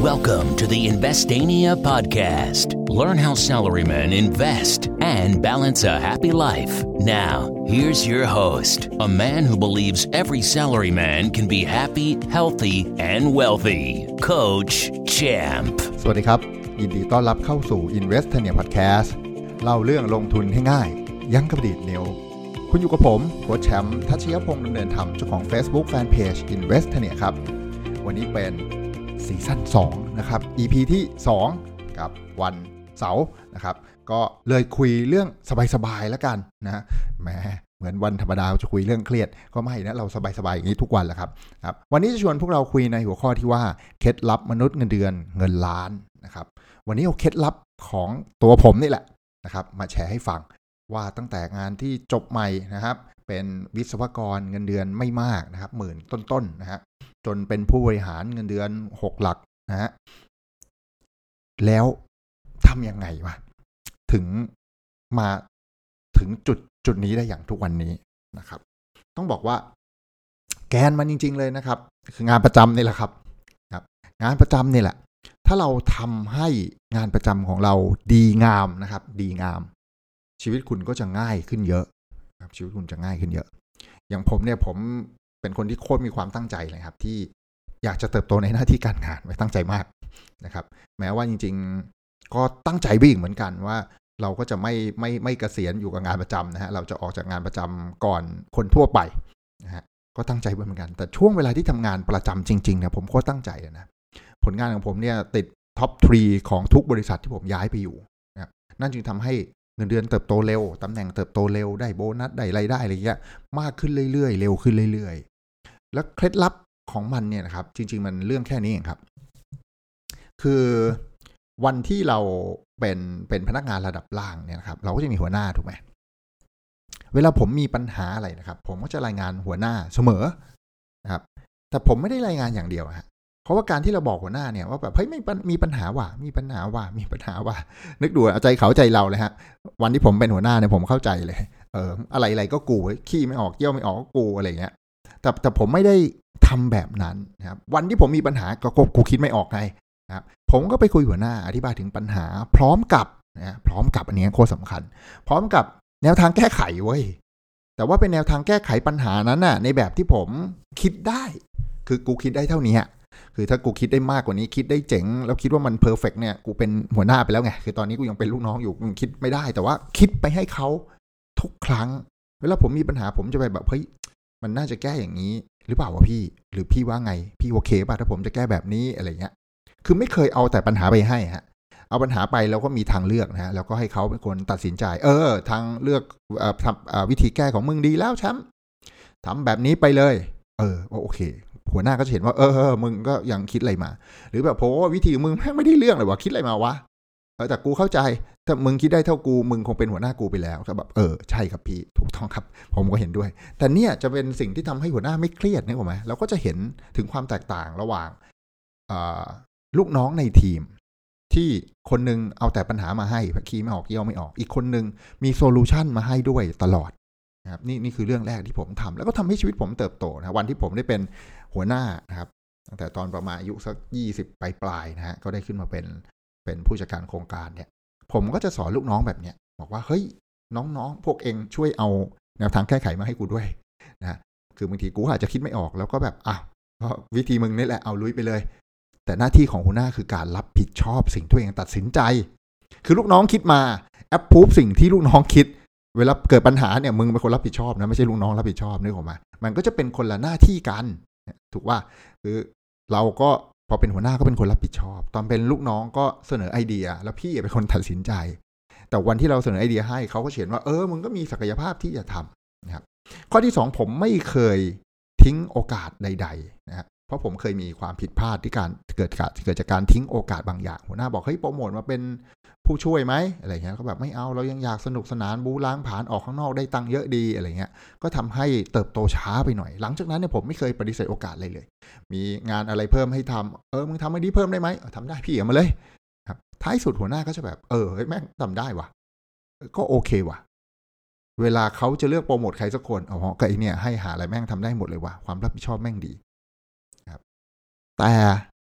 Welcome to the Investania podcast. Learn how salarymen invest and balance a happy life. Now, here's your host, a man who believes every salaryman can be happy, healthy, and wealthy, Coach Champ. สวัสดีครับยินดีต้อนรับเข้าสู่ Investania podcast เล่าเรื่องลงทุนให้ง่ายยั้งกับดีดนิ้วคุณอยู่กับผมโค้ชแชมป์ทัชยพงษ์ดำเนินธรรมเจ้าของ Facebook Fanpage Investania ครับวันนี้เป็นซีซั่น2นะครับ EP ที่2กับวันเสาร์นะครับก็เลยคุยเรื่องสบายๆแล้วกันนะแหมเหมือนวันธรรมดาจะคุยเรื่องเครียดก็ไม่นะเราสบายๆอย่างนี้ทุกวันแหละครับวันนี้จะชวนพวกเราคุยในหัวข้อที่ว่าเคล็ดลับมนุษย์เงินเดือนเงินล้านนะครับวันนี้เอาเคล็ดลับของตัวผมนี่แหละนะครับมาแชร์ให้ฟังว่าตั้งแต่งานที่จบใหม่นะครับเป็นวิศวกรเงินเดือนไม่มากนะครับหมื่นต้นๆนะฮะจนเป็นผู้บริหารเงินเดือน6หลักนะฮะแล้วทำยังไงวะถึงมาถึงจุดนี้ได้อย่างทุกวันนี้นะครับต้องบอกว่าแกนมันจริงๆเลยนะครับคืองานประจำนี่แหละครับงานประจำนี่แหละถ้าเราทำให้งานประจำของเราดีงามนะครับดีงามชีวิตคุณก็จะง่ายขึ้นเยอะครับชีวิตคุณจะง่ายขึ้นเยอะอย่างผมเนี่ยผมเป็นคนที่โคตรมีความตั้งใจเลยครับที่อยากจะเติบโตในหน้าที่การงานไม่ตั้งใจมากนะครับแม้ว่าจริงๆก็ตั้งใจไปอีกเหมือนกันว่าเราก็จะไม่เกษียณอยู่กับงานประจำนะฮะเราจะออกจากงานประจำก่อนคนทั่วไปนะฮะก็ตั้งใจเหมือนกันแต่ช่วงเวลาที่ทำงานประจำจริงๆเนี่ยผมโคตรตั้งใจเลยนะผลงานของผมเนี่ยติดท็อป 3 ของทุกบริษัทที่ผมย้ายไปอยู่นะครับนั่นจึงทำให้เงินเดือนเติบโตเร็วตำแหน่งเติบโตเร็วได้โบนัสได้รายได้อะไรเงี้ยมากขึ้นเรื่อยๆเร็วขึ้นเรื่อยๆแล้วเคล็ดลับของมันเนี่ยนะครับจริงๆมันเรื่องแค่นี้เองครับคือวันที่เราเป็นพนักงานระดับล่างเนี่ยนะครับเราก็จะมีหัวหน้าถูกไหมเวลาผมมีปัญหาอะไรนะครับผมก็จะรายงานหัวหน้าเสมอนะครับแต่ผมไม่ได้รายงานอย่างเดียวฮะเพราะว่าการที่เราบอกหัวหน้าเนี่ยว่าแบบเฮ้ยไม่มีปัญหาว่ะมีปัญหาว่ะนึกดูเอาใจเขาใจเราเลยฮะวันที่ผมเป็นหัวหน้าเนี่ยผมเข้าใจเลยอะไรก็กูขี้ไม่ออกเยี่ยวไม่ออกก็กูอะไรเงี้ยแต่ผมไม่ได้ทำแบบนั้นนะครับวันที่ผมมีปัญหาก็กูคิดไม่ออกไงนะครับผมก็ไปคุยหัวหน้าอธิบายถึงปัญหาพร้อมกับอันนี้โคตรสำคัญพร้อมกับแนวทางแก้ไขเว้ยแต่ว่าเป็นแนวทางแก้ไขปัญหานั้นน่ะในแบบที่ผมคิดได้คือกูคิดได้เท่านี้คือถ้ากูคิดได้มากกว่านี้คิดได้เจ๋งแล้วคิดว่ามันเพอร์เฟกต์เนี่ยกูเป็นหัวหน้าไปแล้วไงคือตอนนี้กูยังเป็นลูกน้องอยู่กูคิดไม่ได้แต่ว่าคิดไปให้เขาทุกครั้งเวลาผมมีปัญหาผมจะไปแบบเฮ้ยมันน่าจะแก้อย่างนี้หรือเปล่าวะพี่หรือพี่ว่าไงพี่โอเคป่ะถ้าผมจะแก้แบบนี้อะไรเงี้ยคือไม่เคยเอาแต่ปัญหาไปให้ฮะเอาปัญหาไปแล้วก็มีทางเลือกนะฮะแล้วก็ให้เขาเป็นคนตัดสินใจทางเลือกวิธีแก้ของมึงดีแล้วแชมป์ทำแบบนี้ไปเลยโอเคหัวหน้าก็จะเห็นว่ามึงก็ยังคิดอะไรมาหรือแบบโหวิธีมึงไม่ได้เรื่องเลยวะคิดอะไรมาวะแต่กูเข้าใจถ้ามึงคิดได้เท่ากูมึงคงเป็นหัวหน้ากูไปแล้วก็แบบใช่ครับพี่ถูกต้องครับผมก็เห็นด้วยแต่เนี่ยจะเป็นสิ่งที่ทำให้หัวหน้าไม่เครียดนี่ถูกไหมเราก็จะเห็นถึงความแตกต่างระหว่างลูกน้องในทีมที่คนนึงเอาแต่ปัญหามาให้ขี้ไม่ออกเยี่ยวไม่ออกอีกคนนึงมีโซลูชันมาให้ด้วยตลอดนะครับนี่คือเรื่องแรกที่ผมทำแล้วก็ทำให้ชีวิตผมเติบโตนะวันที่ผมได้เป็นหัวหน้านะครับตั้งแต่ตอนประมาณอายุสัก20ปลายนะฮะก็ได้ขึ้นมาเป็นผู้จัดการโครงการเนี่ยผมก็จะสอนลูกน้องแบบเนี้ยบอกว่าเฮ้ยน้องๆพวกเองช่วยเอาแนวทางแก้ไขมาให้กูด้วยนะคือบางทีกูอาจจะคิดไม่ออกแล้วก็แบบก็วิธีมึงนี่แหละเอาลุยไปเลยแต่หน้าที่ของหัวหน้าคือการรับผิดชอบสิ่งตัวเองตัดสินใจคือลูกน้องคิดมาแอปพูฟสิ่งที่ลูกน้องคิดเวลาเกิดปัญหาเนี่ยมึงเป็นคนรับผิดชอบนะไม่ใช่ลูกน้องรับผิดชอบนึกออกมามันก็จะเป็นคนละหน้าที่กันถูกว่าคือเราก็พอเป็นหัวหน้าก็เป็นคนรับผิดชอบตอนเป็นลูกน้องก็เสนอไอเดียแล้วพี่เป็นคนตัดสินใจแต่วันที่เราเสนอไอเดียให้เขาก็เห็นว่ามึงก็มีศักยภาพที่จะทำนะครับข้อที่2ผมไม่เคยทิ้งโอกาสใดๆนะครับเพราะผมเคยมีความผิดพลาดที่การเกิดจากการทิ้งโอกาสบางอย่างหัวหน้าบอกเฮ้ยโปรโมทมาเป็นผู้ช่วยไหมอะไรเงี้ยก็แบบไม่เอาเรายังอยากสนุกสนานบูล้างผลาญออกข้างนอกได้ตังค์เยอะดีอะไรเงี้ยก็ทำให้เติบโตช้าไปหน่อยหลังจากนั้นเนี่ยผมไม่เคยปฏิเสธโอกาสเลยมีงานอะไรเพิ่มให้ทำมึงทำให้ดีเพิ่มได้ไหมทำได้พี่เอามาเลยครับท้ายสุดหัวหน้าก็จะแบบเฮ้ยแม่งทำได้ว่ะก็โอเคว่ะเวลาเขาจะเลือกโปรโมทใครสักคนก็ไอเนี่ยให้หาอะไรแม่งทำได้หมดเลยว่ะความรับผิดชอบแม่งดีครับแต่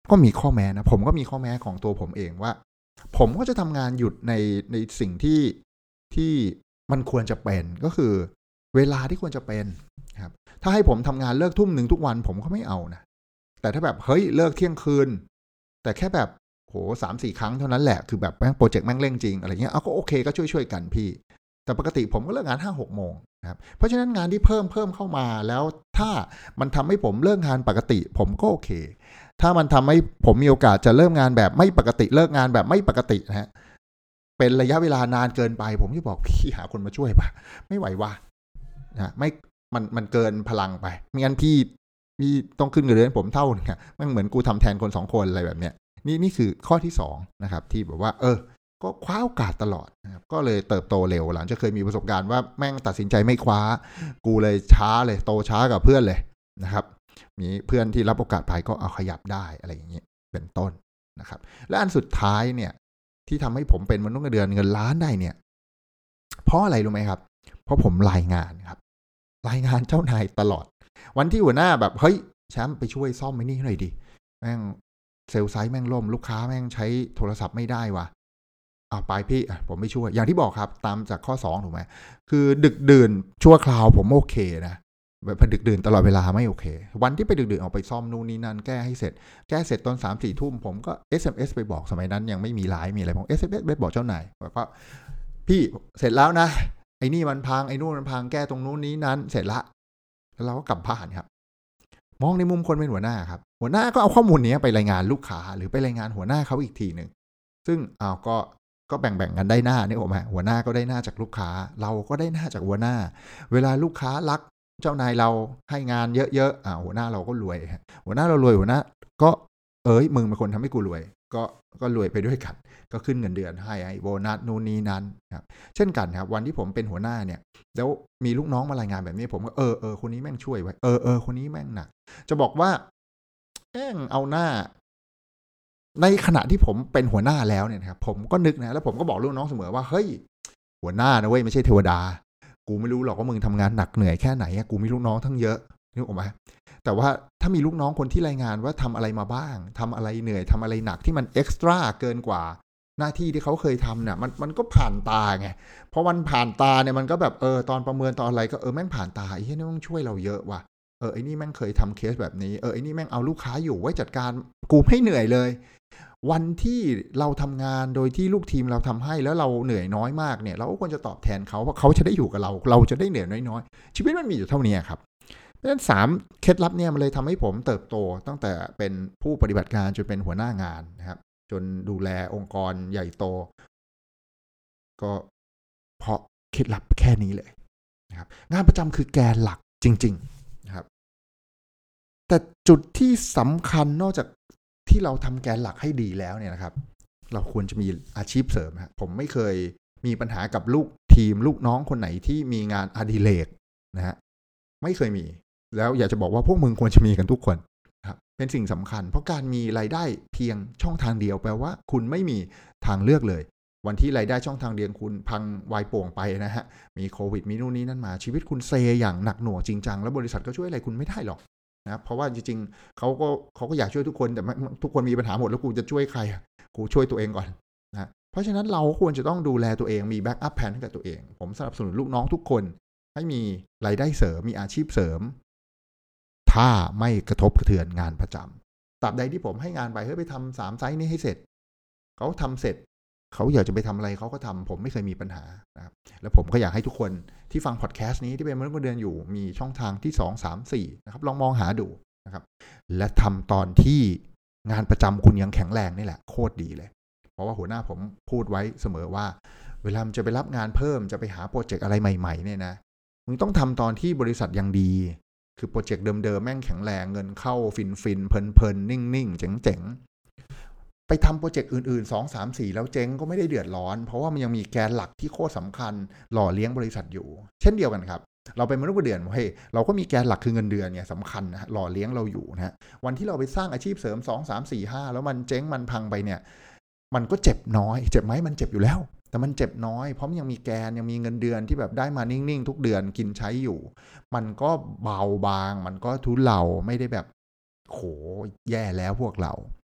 ก็มีข้อแม้นะผมก็มีข้อแม้ของตัวผมเองว่าผมก็จะทำงานหยุดในสิ่งที่มันควรจะเป็นก็คือเวลาที่ควรจะเป็นครับถ้าให้ผมทำงานเลิก 19:00 นทุกวันผมก็ไม่เอานะแต่ถ้าแบบเฮ้ยเลิกเที่ยงคืนแต่แค่แบบโห 3-4 ครั้งเท่านั้นแหละคือแบบแม่งโปรเจกต์แม่งเร่งจริงอะไรเงี้ยเอาก็โอเคก็ช่วยกันพี่แต่ปกติผมก็เลิกงาน 5-6 โมงนะครับเพราะฉะนั้นงานที่เพิ่มเข้ามาแล้วถ้ามันทำให้ผมเลิกงานปกติผมก็โอเคถ้ามันทำให้ผมมีโอกาสจะเริ่มงานแบบไม่ปกติเลิกงานแบบไม่ปกตินะฮะเป็นระยะเวลานานเกินไปผมจะบอกพี่หาคนมาช่วยป่ะไม่ไหวว่ะนะไม่มันเกินพลังไปไม่งั้นพี่ต้องขึ้นเงินเดือนผมเท่านึงมันเหมือนกูทำแทนคน2คนอะไรแบบเนี้ยนี่คือข้อที่2นะครับที่แบบว่าก็คว้าโอกาสตลอดนะครับก็เลยเติบโตเร็วหลังจากเคยมีประสบการณ์ว่าแม่งตัดสินใจไม่คว้ากูเลยช้าเลยโตช้ากับเพื่อนเลยนะครับมีเพื่อนที่รับโอกาสไปก็เอาขยับได้อะไรอย่างนี้เป็นต้นนะครับและอันสุดท้ายเนี่ยที่ทำให้ผมเป็นมนุษย์เงินเดือนเงินล้านได้เนี่ยเพราะอะไรรู้ไหมครับเพราะผมรายงานครับรายงานเจ้านายตลอดวันที่หัวหน้าแบบเฮ้ยแชมป์ไปช่วยซ่อมไอ้นี่หน่อยดิแม่งเซลล์ไซต์แม่งล่มลูกค้าแม่งใช้โทรศัพท์ไม่ได้ว่ะไปพี่ผมไม่ช่วยอย่างที่บอกครับตามจากข้อ2ถูกไหมคือดึกดื่นชั่วคราวผมโอเคนะแบบดึกดื่นตลอดเวลาไม่โอเควันที่ไปดึกดื่นออกไปซ่อมนู่นนี่นั่นแก้เสร็จตอน 3-4 ทุ่มผมก็ SMS ไปบอกสมัยนั้นยังไม่มีไลน์มีอะไรผม SMS ไปบอกเจ้านายว่าพี่เสร็จแล้วนะไอ้นี่มันพังไอ้นู่นมันพังแก้ตรงนู้นนี้นั้นเสร็จละแล้วเราก็กลับบ้านครับมองในมุมคนเป็นหัวหน้าครับหัวหน้าก็เอาข้อมูลนี้ไปรายงานลูกค้าหรือไปรายงานหัวหน้าเขาอีกทีนึงซึ่งก็แบ่งกันได้หน้านี่ผมหัวหน้าก็ได้หน้าจากลูกค้าเราก็ได้หน้าจากหัวหน้าเวลาลูกค้ารักเจ้านายเราให้งานเยอะๆหัวหน้าเราก็รวยหัวหน้าเรารวยหัวหน้าก็มึงเป็นคนทำให้กูรวยก็รวยไปด้วยกันก็ขึ้นเงินเดือนให้โบนัสนู่นนี้นั้นครับเช่นกันครับวันที่ผมเป็นหัวหน้าเนี่ยแล้วมีลูกน้องมารายงานแบบนี้ผมก็คนนี้แม่งช่วยไว้คนนี้แม่งหนักจะบอกว่าแม่งเอาหน้าในขณะที่ผมเป็นหัวหน้าแล้วเนี่ยครับผมก็นึกนะแล้วผมก็บอกลูกน้องเสมอว่าเฮ้ยหัวหน้านะเว้ยไม่ใช่เทวดากูไม่รู้หรอกว่ามึงทำงานหนักเหนื่อยแค่ไหนกูมีลูกน้องทั้งเยอะนึกออกไหมแต่ว่าถ้ามีลูกน้องคนที่รายงานว่าทำอะไรมาบ้างทำอะไรเหนื่อยทำอะไรหนักที่มันเอ็กซ์ตร้าเกินกว่าหน้าที่ที่เขาเคยทำเนี่ยมันก็ผ่านตาไงเพราะมันผ่านตาเนี่ยมันก็แบบตอนประเมินตอนอะไรก็แม่งผ่านตาไอ้นี่ต้องช่วยเราเยอะว่ะไอ้นี่แม่งเคยทำเคสแบบนี้ไอ้นี่แม่งเอาลูกค้าอยู่ไว้จัดการกูไม่เหนื่อยเลยวันที่เราทำงานโดยที่ลูกทีมเราทำให้แล้วเราเหนื่อยน้อยมากเนี่ยเราก็ควรจะตอบแทนเขาเพราะเขาจะได้อยู่กับเราจะได้เหนื่อยน้อยๆชีวิตมันมีอยู่เท่านี้ครับเพราะฉะนั้น3เคล็ดลับเนี่ยมันเลยทำให้ผมเติบโตตั้งแต่เป็นผู้ปฏิบัติการจนเป็นหัวหน้างานนะครับจนดูแลองค์กรใหญ่โตก็เพราะเคล็ดลับแค่นี้เลยนะครับงานประจำคือแกนหลักจริงๆนะครับแต่จุดที่สำคัญนอกจากที่เราทำแกนหลักให้ดีแล้วเนี่ยนะครับเราควรจะมีอาชีพเสริมครับผมไม่เคยมีปัญหากับลูกทีมลูกน้องคนไหนที่มีงานอดิเรกนะฮะไม่เคยมีแล้วอยากจะบอกว่าพวกมึงควรจะมีกันทุกคนครับเป็นสิ่งสำคัญเพราะการมีรายได้เพียงช่องทางเดียวแปลว่าคุณไม่มีทางเลือกเลยวันที่รายได้ช่องทางเดียวคุณพังวายป่วงไปนะฮะมีโควิดมีนู่นนี่นั่นมาชีวิตคุณเซอย่างหนักหน่วงจริงจังแล้วบริษัทก็ช่วยอะไรคุณไม่ได้หรอกนะเพราะว่าจริงๆเขาก็อยากช่วยทุกคนแต่ทุกคนมีปัญหาหมดแล้วกูจะช่วยใครกูช่วยตัวเองก่อนนะเพราะฉะนั้นเราควรจะต้องดูแลตัวเองมีแบ็กอัพแผนให้กับตัวเองผมสนับสนุนลูกน้องทุกคนให้มีรายได้เสริมมีอาชีพเสริมถ้าไม่กระทบกระเทือนงานประจำตราบใดที่ผมให้งานไปไปทำ3ไซต์นี้ให้เสร็จเขาทำเสร็จเขาอยากจะไปทำอะไรเขาก็ทำผมไม่เคยมีปัญหานะครับแล้วผมก็อยากให้ทุกคนที่ฟังพอดแคสต์นี้ที่เป็นมนุษย์เงินเดือนอยู่มีช่องทางที่2 3 4นะครับลองมองหาดูนะครับและทำตอนที่งานประจำคุณยังแข็งแรงนี่แหละโคตรดีเลยเพราะว่าหัวหน้าผมพูดไว้เสมอว่าเวลาจะไปรับงานเพิ่มจะไปหาโปรเจกต์อะไรใหม่ๆเนี่ยนะมึงต้องทำตอนที่บริษัทยังดีคือโปรเจกต์เดิมๆแม่งแข็งแรงเงินเข้าฟินเพลินนิ่งๆเจ๋งๆไปทำโปรเจกต์อื่นๆ2 3 4แล้วเจ๊งก็ไม่ได้เดือดร้อนเพราะว่ามันยังมีแกนหลักที่โคตรสำคัญหล่อเลี้ยงบริษัทอยู่เช่นเดียวกันครับเราเป็นมนุษย์เงินเดือนเราก็มีแกนหลักคือเงินเดือนเนี่ยสำคัญนะหล่อเลี้ยงเราอยู่นะฮะวันที่เราไปสร้างอาชีพเสริม2 3 4 5แล้วมันเจ๊งมันพังไปเนี่ยมันก็เจ็บน้อยเจ็บไหมมันเจ็บอยู่แล้วแต่มันเจ็บน้อยเพราะมันยังมีแกนยังมีเงินเดือนที่แบบได้มานิ่งๆทุกเดือนกินใช้อยู่มันก็เบาบางมันก็ทุเลาไม่ได้แบบโหแย่แล้วพวกเรา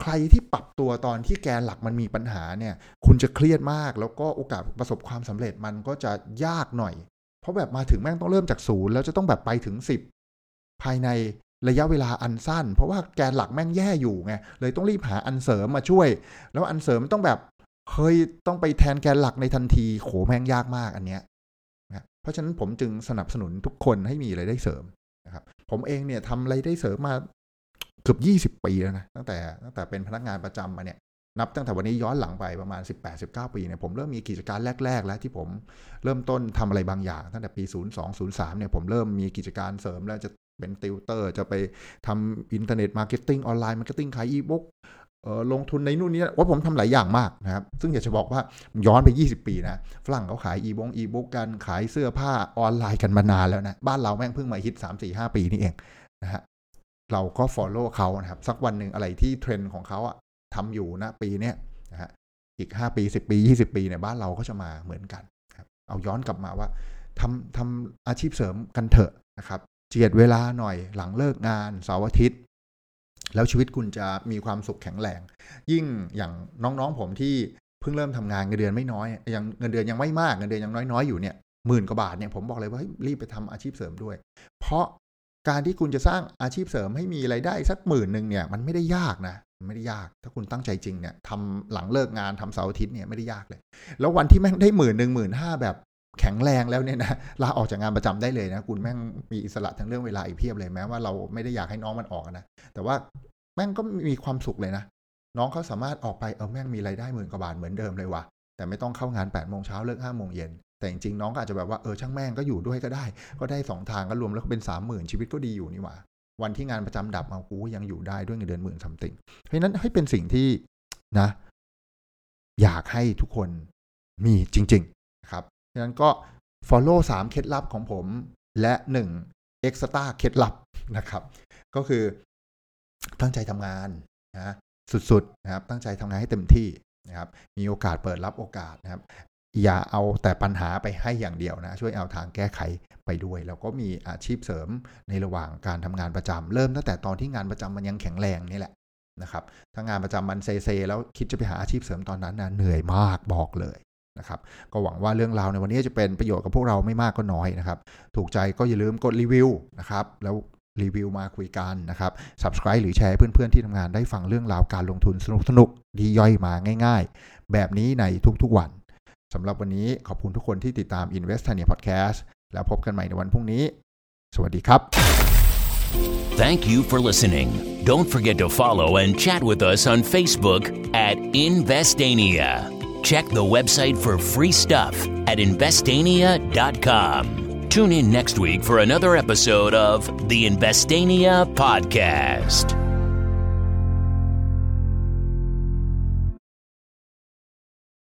ใครที่ปรับตัวตอนที่แกนหลักมันมีปัญหาเนี่ยคุณจะเครียดมากแล้วก็โอกาสประสบความสำเร็จมันก็จะยากหน่อยเพราะแบบมาถึงแม่งต้องเริ่มจาก0แล้วจะต้องแบบไปถึง10ภายในระยะเวลาอันสั้นเพราะว่าแกนหลักแม่งแย่อยู่ไงเลยต้องรีบหาอันเสริมมาช่วยแล้วอันเสริมต้องแบบเฮ้ยต้องไปแทนแกนหลักในทันทีโหแม่งยากมากอันเนี้ยนะเพราะฉะนั้นผมจึงสนับสนุนทุกคนให้มีรายได้เสริมนะครับผมเองเนี่ยทำรายได้เสริมมาเกือบ20 ปีแล้วนะตั้งแต่เป็นพนักงานประจำมาเนี่ยนับตั้งแต่วันนี้ย้อนหลังไปประมาณ 18-19 ปีเนี่ยผมเริ่มมีกิจการแรกๆแล้วที่ผมเริ่มต้นทำอะไรบางอย่างตั้งแต่ปี02-03เนี่ยผมเริ่มมีกิจการเสริมแล้วจะเป็นติวเตอร์จะไปทำอินเทอร์เน็ตมาร์เก็ตติ้งออนไลน์มาร์เก็ตติ้งขายอีบุ๊กลงทุนในนู่นนี่ว่าผมทำหลายอย่างมากนะครับซึ่งอยากจะบอกว่าย้อนไป20 ปีนะฝรั่งเขาขายอีบุ๊กกันขายเสื้อผ้าออนไลน์กันมานานแล้วนะบ้านเราแม่งเพิ่งมาฮิต 3-4-5 ปีนี่เองนะฮะเราก็ follow เขานะครับสักวันหนึ่งอะไรที่เทรนด์ของเขาอะทำอยู่นะปีนี้นะฮะอีก5 ปี10 ปี20 ปีเนี่ยบ้านเราก็จะมาเหมือนกันครับเอาย้อนกลับมาว่าทำอาชีพเสริมกันเถอะนะครับเจียดเวลาหน่อยหลังเลิกงานเสาร์อาทิตย์แล้วชีวิตคุณจะมีความสุขแข็งแรงยิ่งอย่างน้องๆผมที่เพิ่งเริ่มทำงานเงินเดือนไม่น้อยยังเงินเดือนยังไม่มากเงินเดือนยังน้อยๆอยู่เนี่ย10,000 กว่าบาทเนี่ยผมบอกเลยว่ารีบไปทำอาชีพเสริมด้วยเพราะการที่คุณจะสร้างอาชีพเสริมให้มีรายได้สัก10,000เนี่ยมันไม่ได้ยากนะไม่ได้ยากถ้าคุณตั้งใจจริงเนี่ยทำหลังเลิกงานทำเสาร์อาทิตย์เนี่ยไม่ได้ยากเลยแล้ววันที่แม่งได้10,000-15,000แบบแข็งแรงแล้วเนี่ยนะลาออกจากงานประจำได้เลยนะคุณแม่งมีอิสระทั้งเรื่องเวลาอีกเพียบเลยแม้ว่าเราไม่ได้อยากให้น้องมันออกนะแต่ว่าแม่งก็มีความสุขเลยนะน้องเขาสามารถออกไปแม่งมีรายได้10,000 กว่าบาทเหมือนเดิมเลยว่ะแต่ไม่ต้องเข้างาน 8 โมงเช้าเลิก 5 โมงเย็นแต่จริงๆน้องก็อาจจะแบบว่าช่างแม่งก็อยู่ด้วยก็ได้2 ทางก็รวมแล้วก็เป็น 30,000 ชีวิตก็ดีอยู่นี่หว่าวันที่งานประจำดับกูยังอยู่ได้ด้วยเงินเดือน10,000 something เพราะฉะนั้นให้เป็นสิ่งที่นะอยากให้ทุกคนมีจริงๆนะครับฉะนั้นก็ follow 3 เคล็ดลับของผมและ1 extra เคล็ดลับนะครับก็คือตั้งใจทำงานนะสุดๆนะครับตั้งใจทำงานให้เต็มที่นะครับมีโอกาสเปิดรับโอกาสนะครับอย่าเอาแต่ปัญหาไปให้อย่างเดียวนะช่วยเอาทางแก้ไขไปด้วยแล้วก็มีอาชีพเสริมในระหว่างการทำงานประจำเริ่มตั้งแต่ตอนที่งานประจำมันยังแข็งแรงนี่แหละนะครับถ้างานประจำมันเซแล้วคิดจะไปหาอาชีพเสริมตอนนั้นนะเหนื่อยมากบอกเลยนะครับก็หวังว่าเรื่องราวในวันนี้จะเป็นประโยชน์กับพวกเราไม่มากก็น้อยนะครับถูกใจก็อย่าลืมกดรีวิวนะครับแล้วรีวิวมาคุยกันนะครับ Subscribe หรือแชร์เพื่อนๆที่ทำงานได้ฟังเรื่องราวการลงทุนสนุกๆดีย่อยมาง่ายๆแบบนี้ในทุกๆวันสำหรับวันนี้ขอบคุณทุกคนที่ติดตาม Investania Podcast แล้วพบกันใหม่ในวันพรุ่งนี้สวัสดีครับ Thank you for listening. Don't forget to follow and chat with us on Facebook at Investania. Check the website for free stuff at investania.com. Tune in next week for another episode of the Investania Podcast.